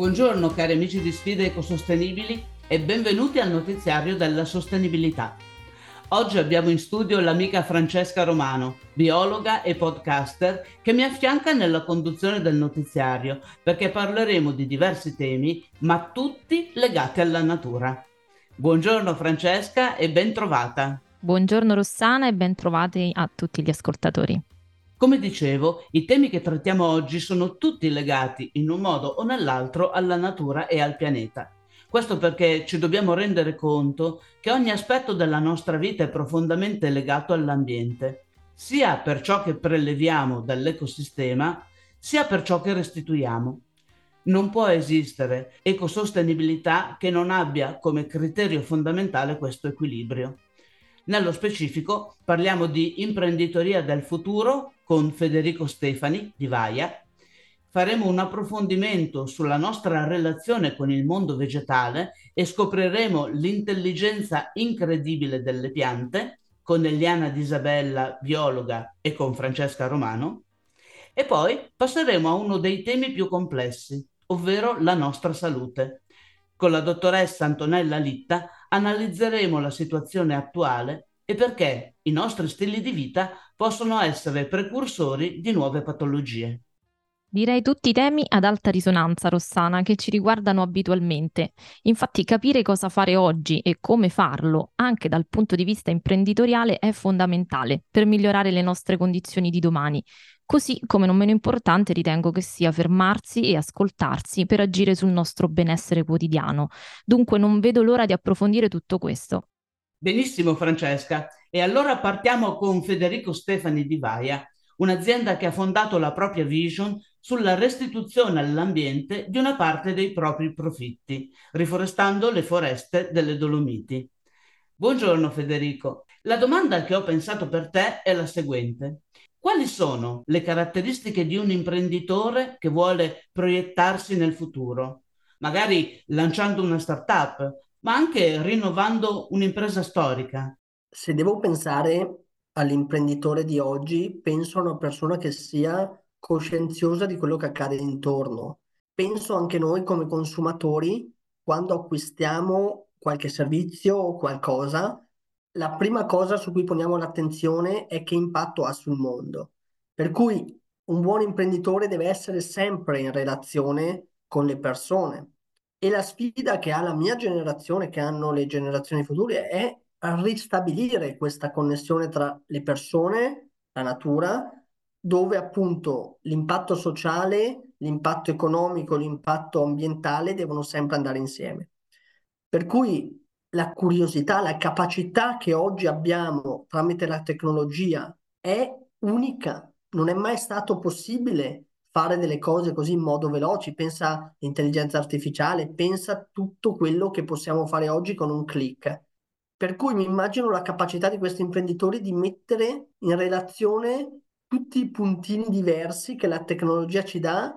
Buongiorno cari amici di Sfide Ecosostenibili e benvenuti al notiziario della sostenibilità. Oggi abbiamo in studio l'amica Francesca Romano, biologa e podcaster, che mi affianca nella conduzione del notiziario perché parleremo di diversi temi, ma tutti legati alla natura. Buongiorno Francesca e ben trovata. Buongiorno Rossana e ben trovati a tutti gli ascoltatori. Come dicevo, i temi che trattiamo oggi sono tutti legati in un modo o nell'altro alla natura e al pianeta. Questo perché ci dobbiamo rendere conto che ogni aspetto della nostra vita è profondamente legato all'ambiente, sia per ciò che preleviamo dall'ecosistema, sia per ciò che restituiamo. Non può esistere ecosostenibilità che non abbia come criterio fondamentale questo equilibrio. Nello specifico parliamo di imprenditoria del futuro con Federico Stefani di Vaia. Faremo un approfondimento sulla nostra relazione con il mondo vegetale e scopriremo l'intelligenza incredibile delle piante con Eliana D'Isabella, biologa, e con Francesca Romano. E poi passeremo a uno dei temi più complessi, ovvero la nostra salute. Con la dottoressa Antonella Litta analizzeremo la situazione attuale e perché i nostri stili di vita possono essere precursori di nuove patologie. Direi tutti temi ad alta risonanza, Rossana, che ci riguardano abitualmente. Infatti, capire cosa fare oggi e come farlo, anche dal punto di vista imprenditoriale, è fondamentale per migliorare le nostre condizioni di domani. Così come non meno importante ritengo che sia fermarsi e ascoltarsi per agire sul nostro benessere quotidiano. Dunque non vedo l'ora di approfondire tutto questo. Benissimo Francesca, e allora partiamo con Federico Stefani di Vaia, un'azienda che ha fondato la propria vision sulla restituzione all'ambiente di una parte dei propri profitti, riforestando le foreste delle Dolomiti. Buongiorno Federico, la domanda che ho pensato per te è la seguente. Quali sono le caratteristiche di un imprenditore che vuole proiettarsi nel futuro? Magari lanciando una startup, ma anche rinnovando un'impresa storica. Se devo pensare all'imprenditore di oggi, penso a una persona che sia coscienziosa di quello che accade intorno. Penso anche noi come consumatori, quando acquistiamo qualche servizio o qualcosa, la prima cosa su cui poniamo l'attenzione è che impatto ha sul mondo. Per cui un buon imprenditore deve essere sempre in relazione con le persone. E la sfida che ha la mia generazione, che hanno le generazioni future, è ristabilire questa connessione tra le persone, la natura, dove appunto l'impatto sociale, l'impatto economico, l'impatto ambientale devono sempre andare insieme. Per cui la curiosità, la capacità che oggi abbiamo tramite la tecnologia è unica. Non è mai stato possibile fare delle cose così in modo veloce. Pensa all'intelligenza artificiale, pensa a tutto quello che possiamo fare oggi con un click. Per cui mi immagino la capacità di questi imprenditori di mettere in relazione tutti i puntini diversi che la tecnologia ci dà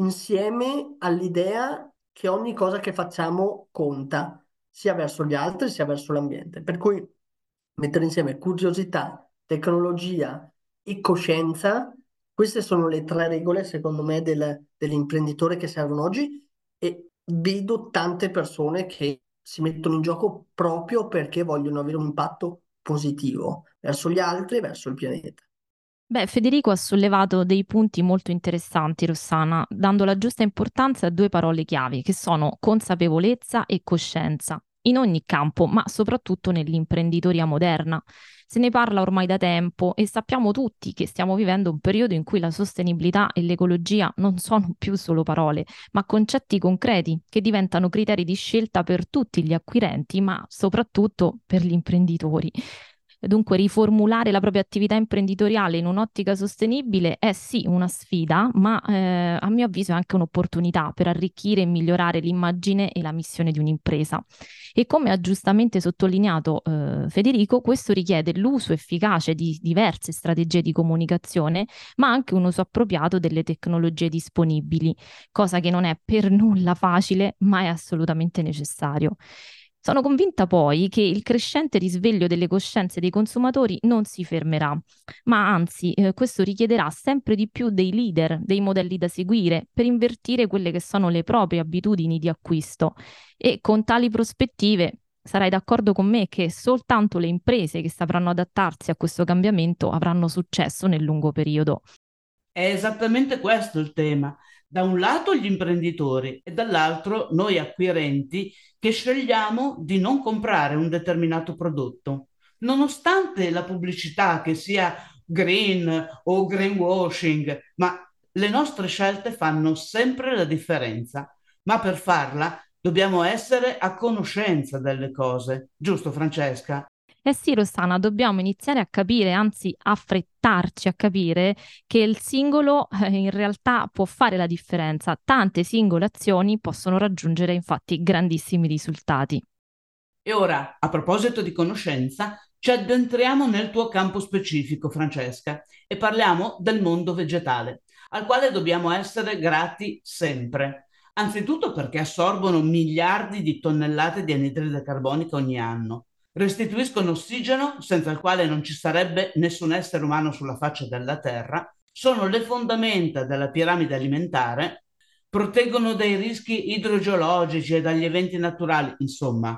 insieme all'idea che ogni cosa che facciamo conta, sia verso gli altri sia verso l'ambiente. Per cui mettere insieme curiosità, tecnologia e coscienza, queste sono le tre regole, secondo me, dell'imprenditore che servono oggi e vedo tante persone che si mettono in gioco proprio perché vogliono avere un impatto positivo verso gli altri e verso il pianeta. Beh, Federico ha sollevato dei punti molto interessanti, Rossana, dando la giusta importanza a due parole chiave, che sono consapevolezza e coscienza, in ogni campo, ma soprattutto nell'imprenditoria moderna. Se ne parla ormai da tempo e sappiamo tutti che stiamo vivendo un periodo in cui la sostenibilità e l'ecologia non sono più solo parole, ma concetti concreti che diventano criteri di scelta per tutti gli acquirenti, ma soprattutto per gli imprenditori. Dunque, riformulare la propria attività imprenditoriale in un'ottica sostenibile è sì una sfida, ma a mio avviso è anche un'opportunità per arricchire e migliorare l'immagine e la missione di un'impresa. E come ha giustamente sottolineato Federico, questo richiede l'uso efficace di diverse strategie di comunicazione, ma anche un uso appropriato delle tecnologie disponibili, cosa che non è per nulla facile, ma è assolutamente necessario. Sono convinta poi che il crescente risveglio delle coscienze dei consumatori non si fermerà, ma anzi, questo richiederà sempre di più dei leader, dei modelli da seguire per invertire quelle che sono le proprie abitudini di acquisto. E con tali prospettive sarai d'accordo con me che soltanto le imprese che sapranno adattarsi a questo cambiamento avranno successo nel lungo periodo. È esattamente questo il tema. Da un lato gli imprenditori e dall'altro noi acquirenti che scegliamo di non comprare un determinato prodotto, nonostante la pubblicità che sia green o greenwashing, ma le nostre scelte fanno sempre la differenza. Ma per farla dobbiamo essere a conoscenza delle cose, giusto Francesca? Eh sì, Rossana, dobbiamo iniziare a capire, anzi affrettarci a capire che il singolo in realtà può fare la differenza. Tante singole azioni possono raggiungere infatti grandissimi risultati. E ora, a proposito di conoscenza, ci addentriamo nel tuo campo specifico, Francesca, e parliamo del mondo vegetale, al quale dobbiamo essere grati sempre. Anzitutto perché assorbono miliardi di tonnellate di anidride carbonica ogni anno, restituiscono ossigeno senza il quale non ci sarebbe nessun essere umano sulla faccia della Terra, sono le fondamenta della piramide alimentare, proteggono dai rischi idrogeologici e dagli eventi naturali, insomma,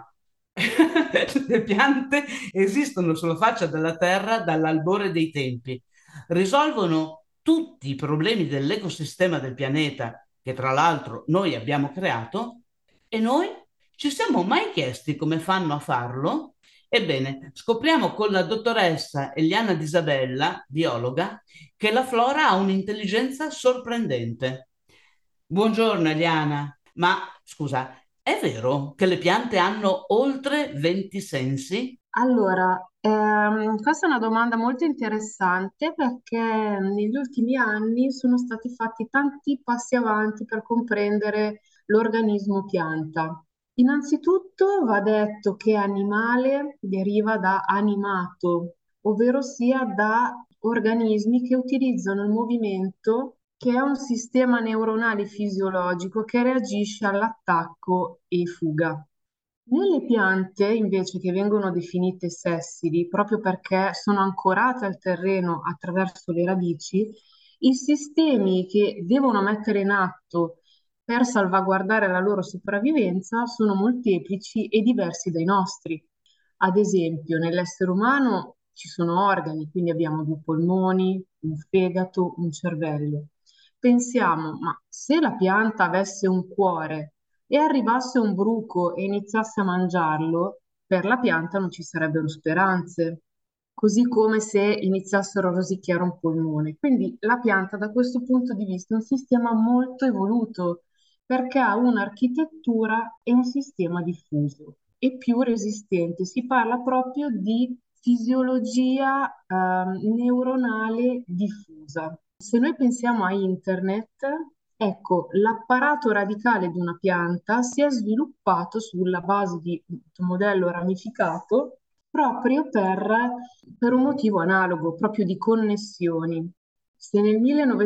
le piante esistono sulla faccia della Terra dall'albore dei tempi, risolvono tutti i problemi dell'ecosistema del pianeta, che tra l'altro noi abbiamo creato, e noi ci siamo mai chiesti come fanno a farlo? Ebbene, scopriamo con la dottoressa Eliana D'Isabella, biologa, che la flora ha un'intelligenza sorprendente. Buongiorno Eliana, ma scusa, è vero che le piante hanno oltre 20 sensi? Allora, questa è una domanda molto interessante perché negli ultimi anni sono stati fatti tanti passi avanti per comprendere l'organismo pianta. Innanzitutto va detto che animale deriva da animato, ovvero sia da organismi che utilizzano il movimento, che è un sistema neuronale fisiologico che reagisce all'attacco e fuga. Nelle piante, invece, che vengono definite sessili, proprio perché sono ancorate al terreno attraverso le radici, i sistemi che devono mettere in atto per salvaguardare la loro sopravvivenza sono molteplici e diversi dai nostri. Ad esempio, nell'essere umano ci sono organi, quindi abbiamo due polmoni, un fegato, un cervello. Pensiamo, ma se la pianta avesse un cuore e arrivasse un bruco e iniziasse a mangiarlo, per la pianta non ci sarebbero speranze, così come se iniziassero a rosicchiare un polmone. Quindi la pianta da questo punto di vista è un sistema molto evoluto perché ha un'architettura e un sistema diffuso e più resistente. Si parla proprio di fisiologia neuronale diffusa. Se noi pensiamo a internet, ecco, l'apparato radicale di una pianta si è sviluppato sulla base di un modello ramificato proprio per un motivo analogo, proprio di connessioni. Se nel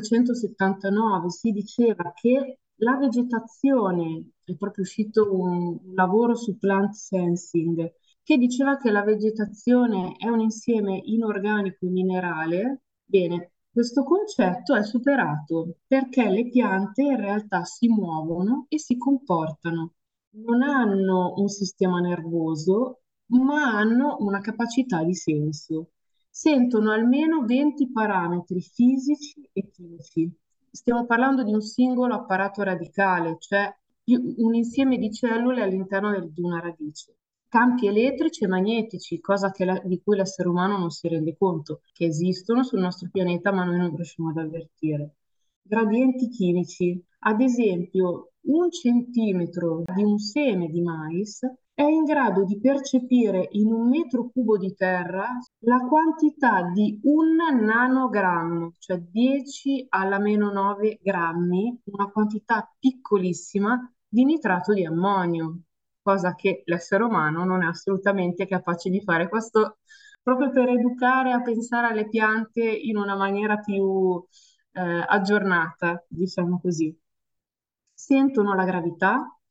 1979 si diceva che la vegetazione, è proprio uscito un lavoro su plant sensing, che diceva che la vegetazione è un insieme inorganico minerale, bene, questo concetto è superato perché le piante in realtà si muovono e si comportano. Non hanno un sistema nervoso, ma hanno una capacità di senso. Sentono almeno 20 parametri fisici e chimici. Stiamo parlando di un singolo apparato radicale, cioè un insieme di cellule all'interno di una radice. Campi elettrici e magnetici, cosa di cui l'essere umano non si rende conto, che esistono sul nostro pianeta, ma noi non riusciamo ad avvertire. Gradienti chimici, ad esempio, 1 centimetro di un seme di mais è in grado di percepire in 1 metro cubo di terra la quantità di un nanogrammo, cioè 10 alla meno 9 grammi, una quantità piccolissima di nitrato di ammonio, cosa che l'essere umano non è assolutamente capace di fare. Questo proprio per educare a pensare alle piante in una maniera più aggiornata, diciamo così. Sentono la gravità,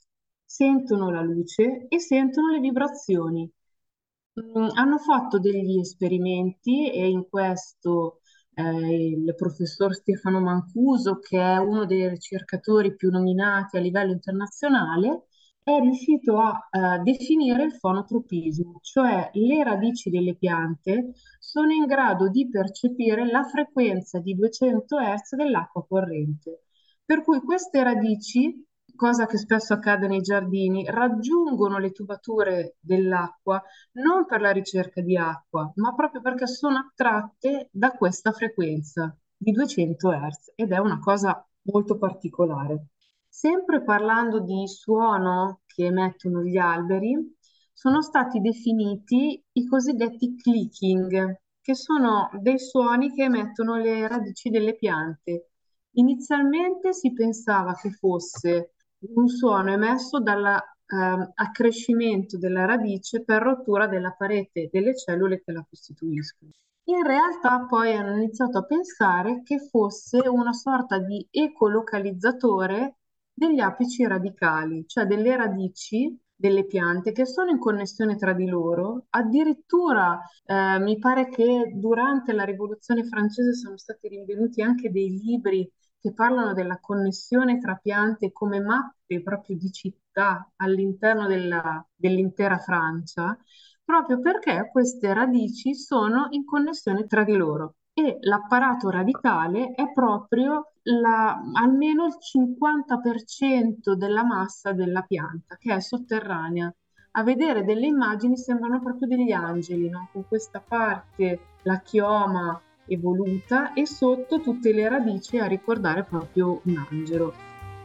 sentono la luce e sentono le vibrazioni. Hanno fatto degli esperimenti e in questo il professor Stefano Mancuso, che è uno dei ricercatori più nominati a livello internazionale, è riuscito a definire il fonotropismo, cioè le radici delle piante sono in grado di percepire la frequenza di 200 Hz dell'acqua corrente. Per cui queste radici, cosa che spesso accade nei giardini, raggiungono le tubature dell'acqua non per la ricerca di acqua, ma proprio perché sono attratte da questa frequenza di 200 Hz ed è una cosa molto particolare. Sempre parlando di suono che emettono gli alberi, sono stati definiti i cosiddetti clicking, che sono dei suoni che emettono le radici delle piante. Inizialmente si pensava che fosse un suono emesso dall'accrescimento della radice per rottura della parete delle cellule che la costituiscono. In realtà poi hanno iniziato a pensare che fosse una sorta di ecolocalizzatore degli apici radicali, cioè delle radici delle piante che sono in connessione tra di loro. Addirittura mi pare che durante la Rivoluzione francese sono stati rinvenuti anche dei libri che parlano della connessione tra piante come mappe proprio di città all'interno dell'intera Francia, proprio perché queste radici sono in connessione tra di loro. E l'apparato radicale è proprio almeno il 50% della massa della pianta, che è sotterranea. A vedere delle immagini sembrano proprio degli angeli, no? Con questa parte, la chioma evoluta e sotto tutte le radici a ricordare proprio un angelo.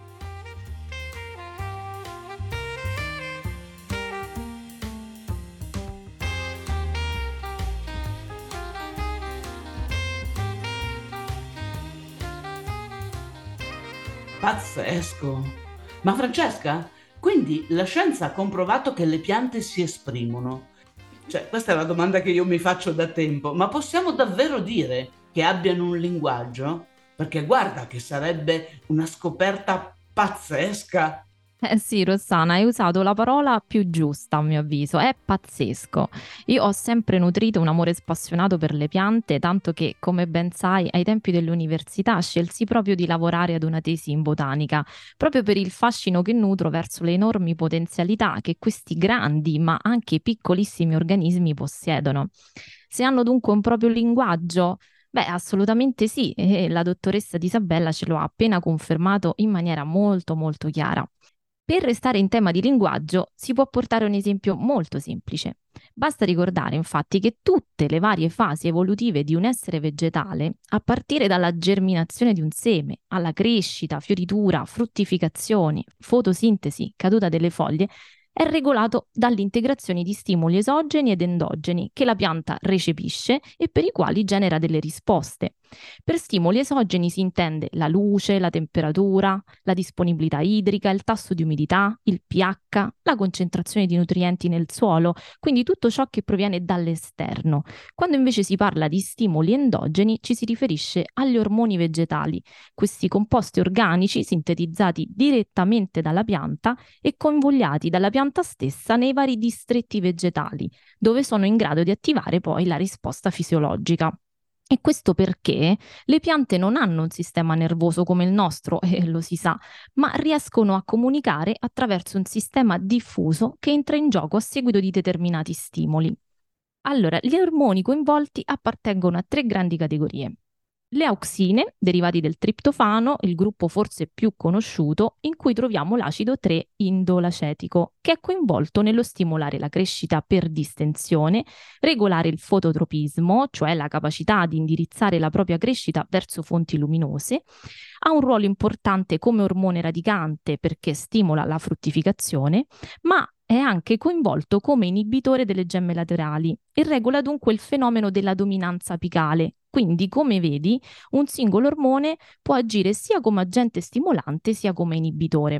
Pazzesco! Ma Francesca, quindi la scienza ha comprovato che le piante si esprimono? Cioè, questa è la domanda che io mi faccio da tempo, ma possiamo davvero dire che abbiano un linguaggio? Perché guarda che sarebbe una scoperta pazzesca. Eh sì, Rossana, hai usato la parola più giusta, a mio avviso. È pazzesco. Io ho sempre nutrito un amore spassionato per le piante, tanto che, come ben sai, ai tempi dell'università scelsi proprio di lavorare ad una tesi in botanica, proprio per il fascino che nutro verso le enormi potenzialità che questi grandi, ma anche piccolissimi organismi possiedono. Se hanno dunque un proprio linguaggio? Beh, assolutamente sì, e la dottoressa Isabella ce lo ha appena confermato in maniera molto molto chiara. Per restare in tema di linguaggio, si può portare un esempio molto semplice. Basta ricordare infatti che tutte le varie fasi evolutive di un essere vegetale, a partire dalla germinazione di un seme, alla crescita, fioritura, fruttificazione, fotosintesi, caduta delle foglie, è regolato dall'integrazione di stimoli esogeni ed endogeni che la pianta recepisce e per i quali genera delle risposte. Per stimoli esogeni si intende la luce, la temperatura, la disponibilità idrica, il tasso di umidità, il pH, la concentrazione di nutrienti nel suolo, quindi tutto ciò che proviene dall'esterno. Quando invece si parla di stimoli endogeni ci si riferisce agli ormoni vegetali, questi composti organici sintetizzati direttamente dalla pianta e convogliati dalla pianta stessa nei vari distretti vegetali, dove sono in grado di attivare poi la risposta fisiologica. E questo perché le piante non hanno un sistema nervoso come il nostro, e lo si sa, ma riescono a comunicare attraverso un sistema diffuso che entra in gioco a seguito di determinati stimoli. Allora, gli ormoni coinvolti appartengono a tre grandi categorie. Le auxine, derivati del triptofano, il gruppo forse più conosciuto, in cui troviamo l'acido 3-indolacetico, che è coinvolto nello stimolare la crescita per distensione, regolare il fototropismo, cioè la capacità di indirizzare la propria crescita verso fonti luminose, ha un ruolo importante come ormone radicante perché stimola la fruttificazione, ma è anche coinvolto come inibitore delle gemme laterali e regola dunque il fenomeno della dominanza apicale. Quindi, come vedi, un singolo ormone può agire sia come agente stimolante sia come inibitore.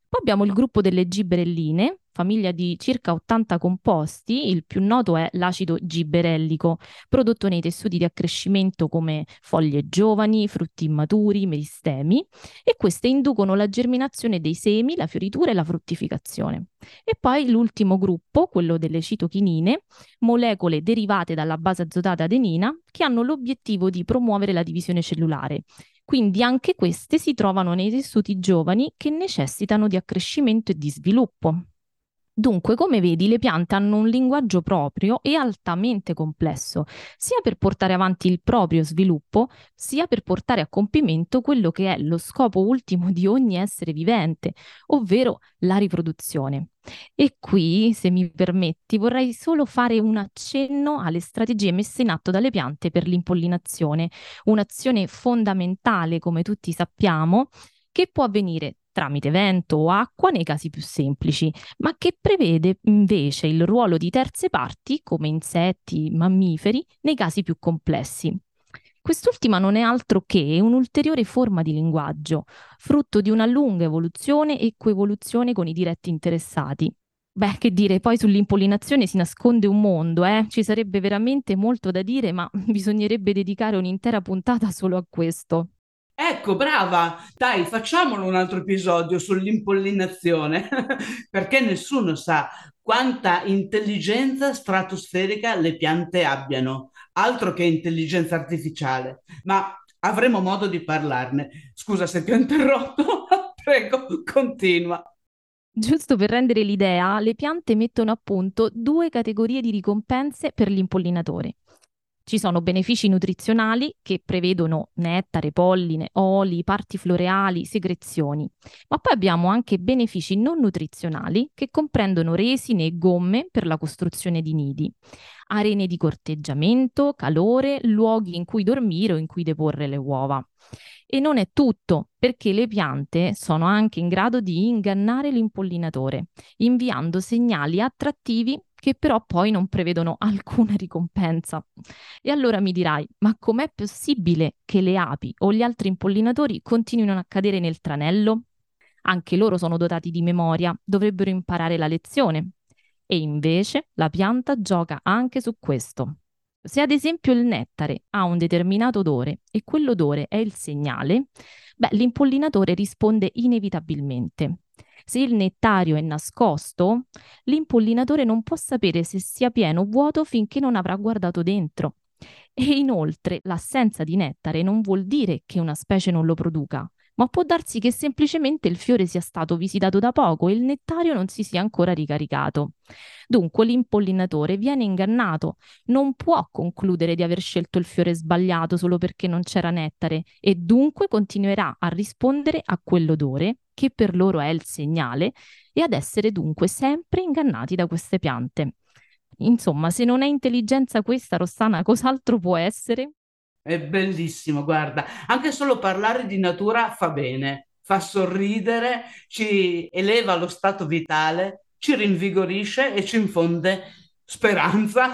Poi abbiamo il gruppo delle gibberelline, famiglia di circa 80 composti. Il più noto è l'acido gibberellico, prodotto nei tessuti di accrescimento come foglie giovani, frutti immaturi, meristemi, e queste inducono la germinazione dei semi, la fioritura e la fruttificazione. E poi l'ultimo gruppo, quello delle citochinine, molecole derivate dalla base azotata adenina, che hanno l'obiettivo di promuovere la divisione cellulare. Quindi anche queste si trovano nei tessuti giovani che necessitano di accrescimento e di sviluppo. Dunque, come vedi, le piante hanno un linguaggio proprio e altamente complesso, sia per portare avanti il proprio sviluppo, sia per portare a compimento quello che è lo scopo ultimo di ogni essere vivente, ovvero la riproduzione. E qui, se mi permetti, vorrei solo fare un accenno alle strategie messe in atto dalle piante per l'impollinazione, un'azione fondamentale, come tutti sappiamo, che può avvenire tramite vento o acqua nei casi più semplici, ma che prevede invece il ruolo di terze parti, come insetti, mammiferi, nei casi più complessi. Quest'ultima non è altro che un'ulteriore forma di linguaggio, frutto di una lunga evoluzione e coevoluzione con i diretti interessati. Beh, che dire, poi sull'impollinazione si nasconde un mondo, eh? Ci sarebbe veramente molto da dire, ma bisognerebbe dedicare un'intera puntata solo a questo. Ecco, brava! Dai, facciamolo un altro episodio sull'impollinazione, perché nessuno sa quanta intelligenza stratosferica le piante abbiano, altro che intelligenza artificiale. Ma avremo modo di parlarne. Scusa se ti ho interrotto, prego, continua. Giusto per rendere l'idea, le piante mettono a punto due categorie di ricompense per l'impolinnatore. Ci sono benefici nutrizionali che prevedono nettare, polline, oli, parti floreali, secrezioni, ma poi abbiamo anche benefici non nutrizionali che comprendono resine e gomme per la costruzione di nidi, arene di corteggiamento, calore, luoghi in cui dormire o in cui deporre le uova. E non è tutto, perché le piante sono anche in grado di ingannare l'impollinatore, inviando segnali attrattivi che però poi non prevedono alcuna ricompensa. E allora mi dirai, ma com'è possibile che le api o gli altri impollinatori continuino a cadere nel tranello? Anche loro sono dotati di memoria, dovrebbero imparare la lezione. E invece la pianta gioca anche su questo. Se ad esempio il nettare ha un determinato odore e quell'odore è il segnale, beh, l'impollinatore risponde inevitabilmente. Se il nettario è nascosto, l'impollinatore non può sapere se sia pieno o vuoto finché non avrà guardato dentro. E inoltre l'assenza di nettare non vuol dire che una specie non lo produca, ma può darsi che semplicemente il fiore sia stato visitato da poco e il nettario non si sia ancora ricaricato. Dunque l'impollinatore viene ingannato, non può concludere di aver scelto il fiore sbagliato solo perché non c'era nettare e dunque continuerà a rispondere a quell'odore, che per loro è il segnale, e ad essere dunque sempre ingannati da queste piante. Insomma, se non è intelligenza questa, Rossana, cos'altro può essere? È bellissimo, guarda, anche solo parlare di natura fa bene, fa sorridere, ci eleva lo stato vitale, ci rinvigorisce e ci infonde speranza,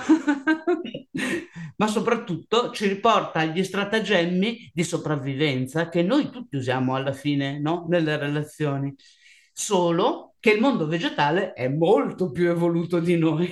ma soprattutto ci riporta agli stratagemmi di sopravvivenza che noi tutti usiamo alla fine, no? Nelle relazioni. Solo che il mondo vegetale è molto più evoluto di noi.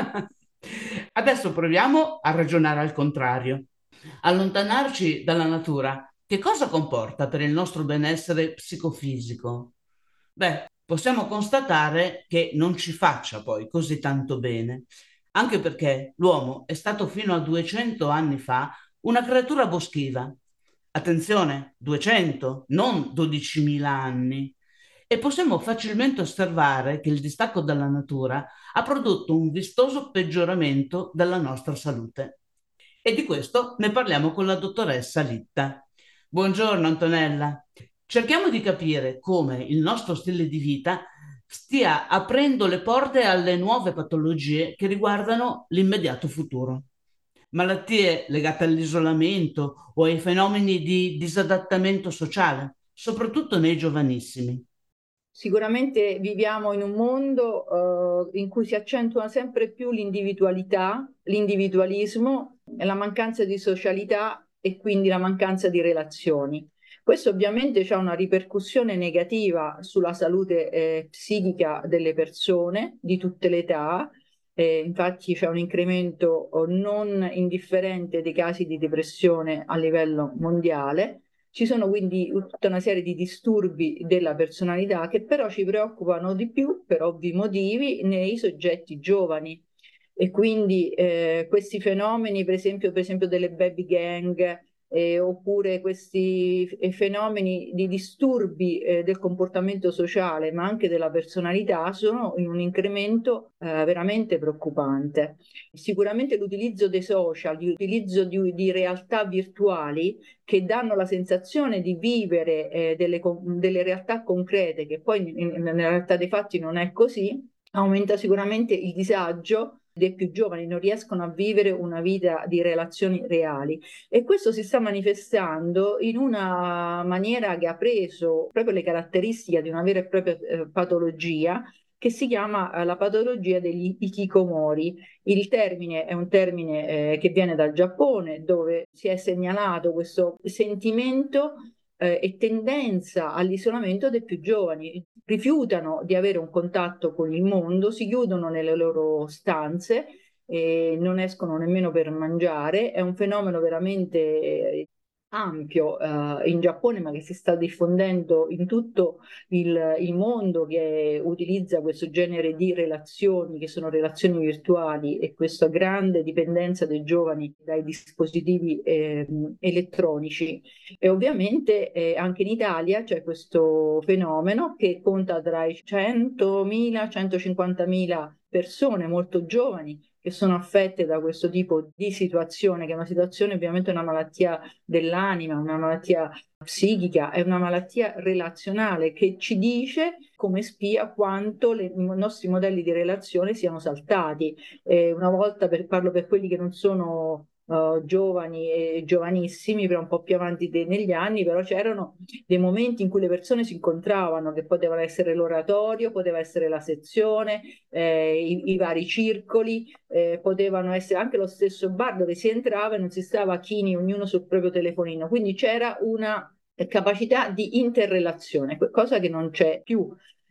Adesso proviamo a ragionare al contrario. Allontanarci dalla natura, che cosa comporta per il nostro benessere psicofisico? Beh, possiamo constatare che non ci faccia poi così tanto bene, anche perché l'uomo è stato fino a 200 anni fa una creatura boschiva. Attenzione, 200, non 12.000 anni. E possiamo facilmente osservare che il distacco dalla natura ha prodotto un vistoso peggioramento della nostra salute. E di questo ne parliamo con la dottoressa Litta. Buongiorno Antonella. Cerchiamo di capire come il nostro stile di vita stia aprendo le porte alle nuove patologie che riguardano l'immediato futuro. Malattie legate all'isolamento o ai fenomeni di disadattamento sociale, soprattutto nei giovanissimi. Sicuramente viviamo in un mondo in cui si accentua sempre più l'individualità, l'individualismo e la mancanza di socialità e quindi la mancanza di relazioni. Questo ovviamente ha una ripercussione negativa sulla salute psichica delle persone di tutte le età. Infatti c'è un incremento non indifferente dei casi di depressione a livello mondiale. Ci sono quindi tutta una serie di disturbi della personalità che però ci preoccupano di più, per ovvi motivi, nei soggetti giovani. E quindi questi fenomeni, per esempio delle baby gang, oppure questi fenomeni di disturbi del comportamento sociale, ma anche della personalità, sono in un incremento veramente preoccupante. Sicuramente l'utilizzo dei social, l'utilizzo di realtà virtuali che danno la sensazione di vivere delle realtà concrete, che poi nella realtà dei fatti non è così, aumenta sicuramente il disagio dei più giovani, non riescono a vivere una vita di relazioni reali. E questo si sta manifestando in una maniera che ha preso proprio le caratteristiche di una vera e propria patologia, che si chiama la patologia degli hikikomori. Il termine è un termine che viene dal Giappone, dove si è segnalato questo sentimento e tendenza all'isolamento dei più giovani. Rifiutano di avere un contatto con il mondo, si chiudono nelle loro stanze e non escono nemmeno per mangiare. È un fenomeno veramente ampio in Giappone, ma che si sta diffondendo in tutto il mondo, che utilizza questo genere di relazioni, che sono relazioni virtuali, e questa grande dipendenza dei giovani dai dispositivi elettronici. E ovviamente anche in Italia c'è questo fenomeno che conta tra i 100.000 e 150.000 persone molto giovani che sono affette da questo tipo di situazione, che è una situazione ovviamente una malattia dell'anima, una malattia psichica, è una malattia relazionale che ci dice come spia quanto i nostri modelli di relazione siano saltati. Una volta, parlo per quelli che non sono giovani e giovanissimi, però un po' più avanti negli anni, però c'erano dei momenti in cui le persone si incontravano, che potevano essere l'oratorio, poteva essere la sezione, i vari circoli, potevano essere anche lo stesso bar dove si entrava e non si stava chini ognuno sul proprio telefonino, quindi c'era una capacità di interrelazione, cosa che non c'è più.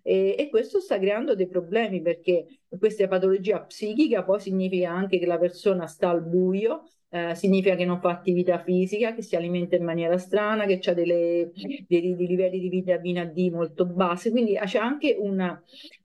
E questo sta creando dei problemi, perché questa patologia psichica poi significa anche che la persona sta al buio, significa che non fa attività fisica, che si alimenta in maniera strana, che ha dei livelli di vitamina D molto bassi, quindi c'è anche un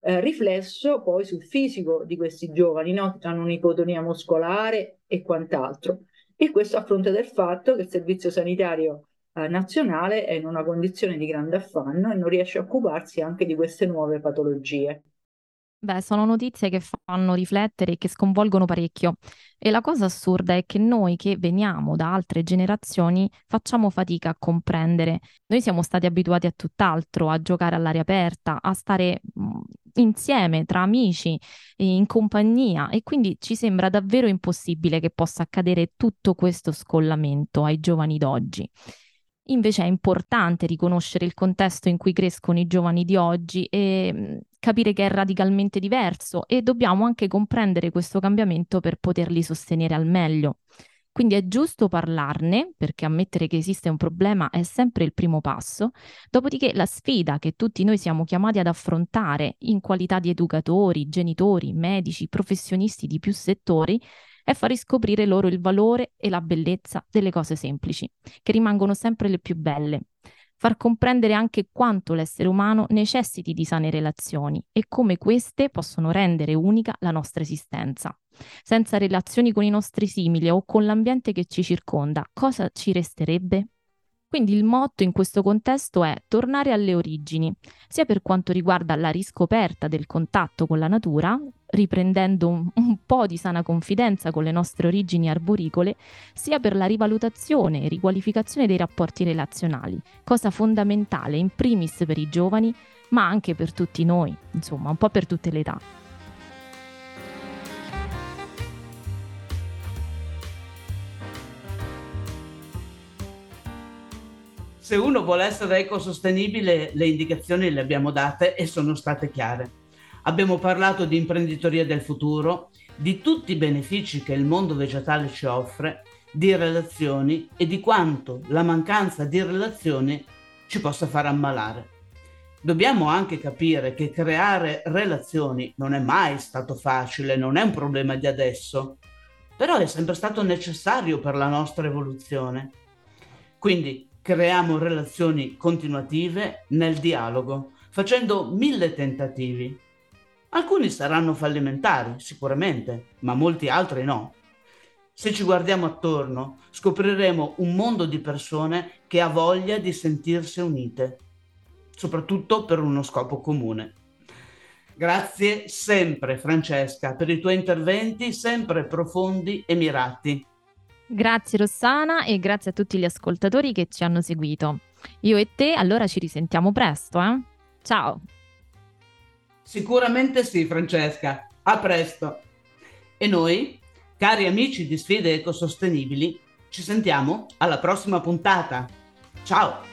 riflesso poi sul fisico di questi giovani, no? Hanno un'ipotonia muscolare e quant'altro. E questo a fronte del fatto che il Servizio Sanitario nazionale è in una condizione di grande affanno e non riesce a occuparsi anche di queste nuove patologie. Beh, sono notizie che fanno riflettere e che sconvolgono parecchio. E la cosa assurda è che noi che veniamo da altre generazioni facciamo fatica a comprendere. Noi siamo stati abituati a tutt'altro, a giocare all'aria aperta, a stare insieme, tra amici, in compagnia, e quindi ci sembra davvero impossibile che possa accadere tutto questo scollamento ai giovani d'oggi. Invece è importante riconoscere il contesto in cui crescono i giovani di oggi e capire che è radicalmente diverso, e dobbiamo anche comprendere questo cambiamento per poterli sostenere al meglio. Quindi è giusto parlarne, perché ammettere che esiste un problema è sempre il primo passo. Dopodiché la sfida che tutti noi siamo chiamati ad affrontare in qualità di educatori, genitori, medici, professionisti di più settori è far riscoprire loro il valore e la bellezza delle cose semplici, che rimangono sempre le più belle. Far comprendere anche quanto l'essere umano necessiti di sane relazioni e come queste possono rendere unica la nostra esistenza. Senza relazioni con i nostri simili o con l'ambiente che ci circonda, cosa ci resterebbe? Quindi il motto in questo contesto è tornare alle origini, sia per quanto riguarda la riscoperta del contatto con la natura, riprendendo un po' di sana confidenza con le nostre origini arboricole, sia per la rivalutazione e riqualificazione dei rapporti relazionali, cosa fondamentale in primis per i giovani, ma anche per tutti noi, insomma, un po' per tutte le età. Se uno vuole essere ecosostenibile, le indicazioni le abbiamo date e sono state chiare. Abbiamo parlato di imprenditoria del futuro, di tutti i benefici che il mondo vegetale ci offre, di relazioni e di quanto la mancanza di relazioni ci possa far ammalare. Dobbiamo anche capire che creare relazioni non è mai stato facile, non è un problema di adesso, però è sempre stato necessario per la nostra evoluzione. Quindi creiamo relazioni continuative nel dialogo, facendo 1000 tentativi. Alcuni saranno fallimentari, sicuramente, ma molti altri no. Se ci guardiamo attorno, scopriremo un mondo di persone che ha voglia di sentirsi unite, soprattutto per uno scopo comune. Grazie sempre, Francesca, per i tuoi interventi sempre profondi e mirati. Grazie Rossana e grazie a tutti gli ascoltatori che ci hanno seguito. Io e te allora ci risentiamo presto, eh? Ciao! Sicuramente sì, Francesca. A presto. E noi, cari amici di Sfide Ecosostenibili, ci sentiamo alla prossima puntata. Ciao!